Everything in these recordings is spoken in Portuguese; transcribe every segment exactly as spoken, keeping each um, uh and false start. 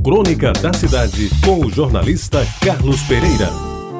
Crônica da Cidade, com o jornalista Carlos Pereira.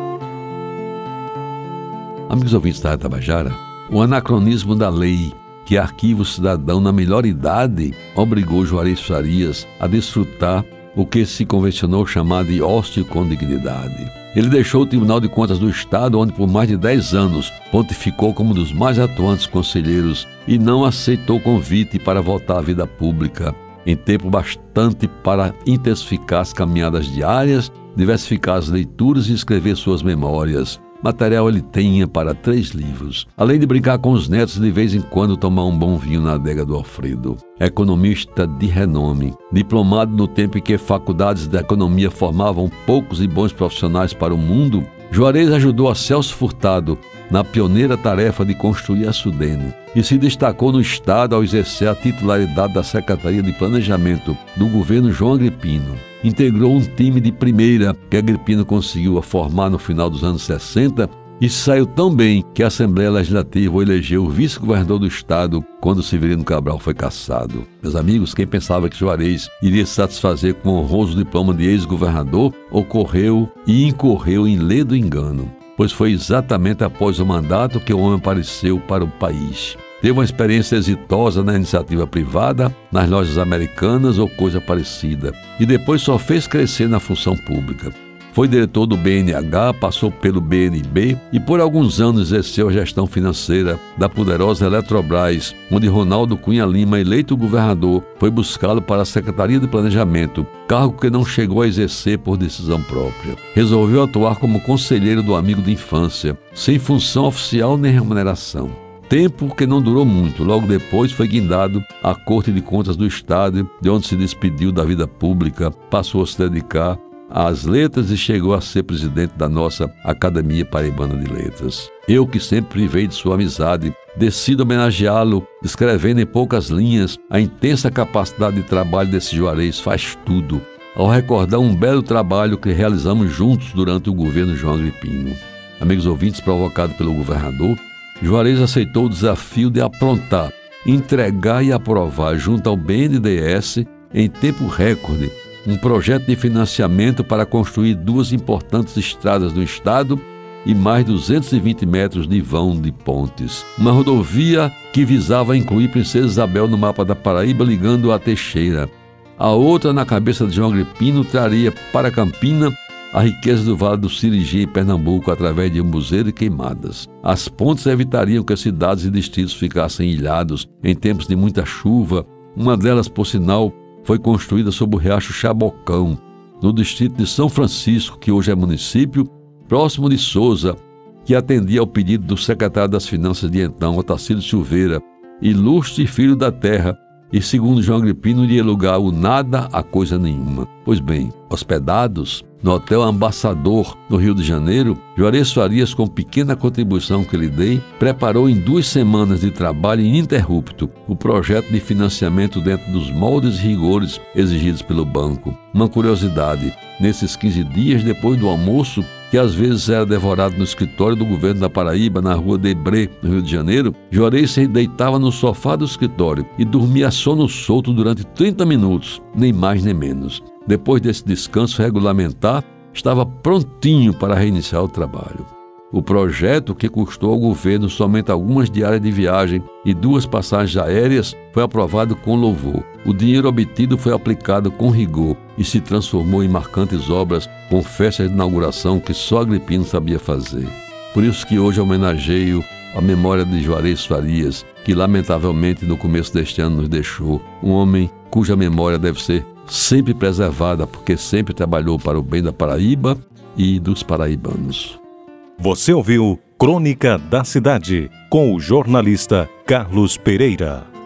Amigos ouvintes da Rádio Tabajara, o anacronismo da lei que arquiva o cidadão na melhor idade obrigou Juarez Farias a desfrutar o que se convencionou chamar de ócio com dignidade. Ele deixou o Tribunal de Contas do Estado, onde por mais de dez anos pontificou como um dos mais atuantes conselheiros e não aceitou convite para voltar à vida pública, em tempo bastante para intensificar as caminhadas diárias, diversificar as leituras e escrever suas memórias. Material ele tinha para três livros, além de brincar com os netos e de vez em quando tomar um bom vinho na adega do Alfredo. Economista de renome, diplomado no tempo em que faculdades de economia formavam poucos e bons profissionais para o mundo, Juarez ajudou a Celso Furtado na pioneira tarefa de construir a Sudene e se destacou no Estado ao exercer a titularidade da Secretaria de Planejamento do governo João Agripino. Integrou um time de primeira que Agripino conseguiu formar no final dos anos sessenta e saiu tão bem que a Assembleia Legislativa o elegeu o vice-governador do Estado quando Severino Cabral foi cassado. Meus amigos, quem pensava que Juarez iria se satisfazer com o honroso diploma de ex-governador, ocorreu e incorreu em ledo engano, pois foi exatamente após o mandato que o homem apareceu para o país. Teve uma experiência exitosa na iniciativa privada, nas lojas americanas ou coisa parecida, e depois só fez crescer na função pública. Foi diretor do B N H, passou pelo B N B e por alguns anos exerceu a gestão financeira da poderosa Eletrobras, onde Ronaldo Cunha Lima, eleito governador, foi buscá-lo para a Secretaria de Planejamento, cargo que não chegou a exercer por decisão própria. Resolveu atuar como conselheiro do amigo de infância, sem função oficial nem remuneração. Tempo que não durou muito, logo depois foi guindado à Corte de Contas do Estado, de onde se despediu da vida pública, passou a se dedicar às letras e chegou a ser presidente da nossa Academia Paraibana de Letras. Eu, que sempre privei de sua amizade, decido homenageá-lo, escrevendo em poucas linhas a intensa capacidade de trabalho desse Juarez faz tudo, ao recordar um belo trabalho que realizamos juntos durante o governo João Agripino. Amigos ouvintes, provocado pelo governador, Juarez aceitou o desafio de aprontar, entregar e aprovar junto ao B N D E S, em tempo recorde, um projeto de financiamento para construir duas importantes estradas no estado e mais duzentos e vinte metros de vão de pontes. Uma rodovia que visava incluir Princesa Isabel no mapa da Paraíba, ligando a Teixeira. A outra, na cabeça de João Agripino, traria para Campina a riqueza do Vale do Sirigi em Pernambuco através de Umbuzeiro e Queimadas. As pontes evitariam que cidades e distritos ficassem ilhados em tempos de muita chuva. Uma delas, por sinal, foi construída sob o riacho Chabocão, no distrito de São Francisco, que hoje é município, próximo de Souza, que atendia ao pedido do secretário das Finanças de então, Otacílio Silveira, ilustre filho da terra, e segundo João Agripino, iria lugar o nada a coisa nenhuma. Pois bem, hospedados no Hotel Ambassador, no Rio de Janeiro, Juarez Farias, com pequena contribuição que lhe dei, preparou em duas semanas de trabalho ininterrupto o projeto de financiamento dentro dos moldes e rigores exigidos pelo banco. Uma curiosidade, nesses quinze dias depois do almoço, que às vezes era devorado no escritório do governo da Paraíba, na rua Debré, no Rio de Janeiro, Juarez se deitava no sofá do escritório e dormia a sono solto durante trinta minutos, nem mais nem menos. Depois desse descanso regulamentar, estava prontinho para reiniciar o trabalho. O projeto, que custou ao governo somente algumas diárias de viagem e duas passagens aéreas, foi aprovado com louvor. O dinheiro obtido foi aplicado com rigor e se transformou em marcantes obras com festas de inauguração que só Agripino sabia fazer. Por isso que hoje homenageio a memória de Juarez Farias, que lamentavelmente no começo deste ano nos deixou. Um homem cuja memória deve ser sempre preservada, porque sempre trabalhou para o bem da Paraíba e dos paraibanos. Você ouviu Crônica da Cidade, com o jornalista Carlos Pereira.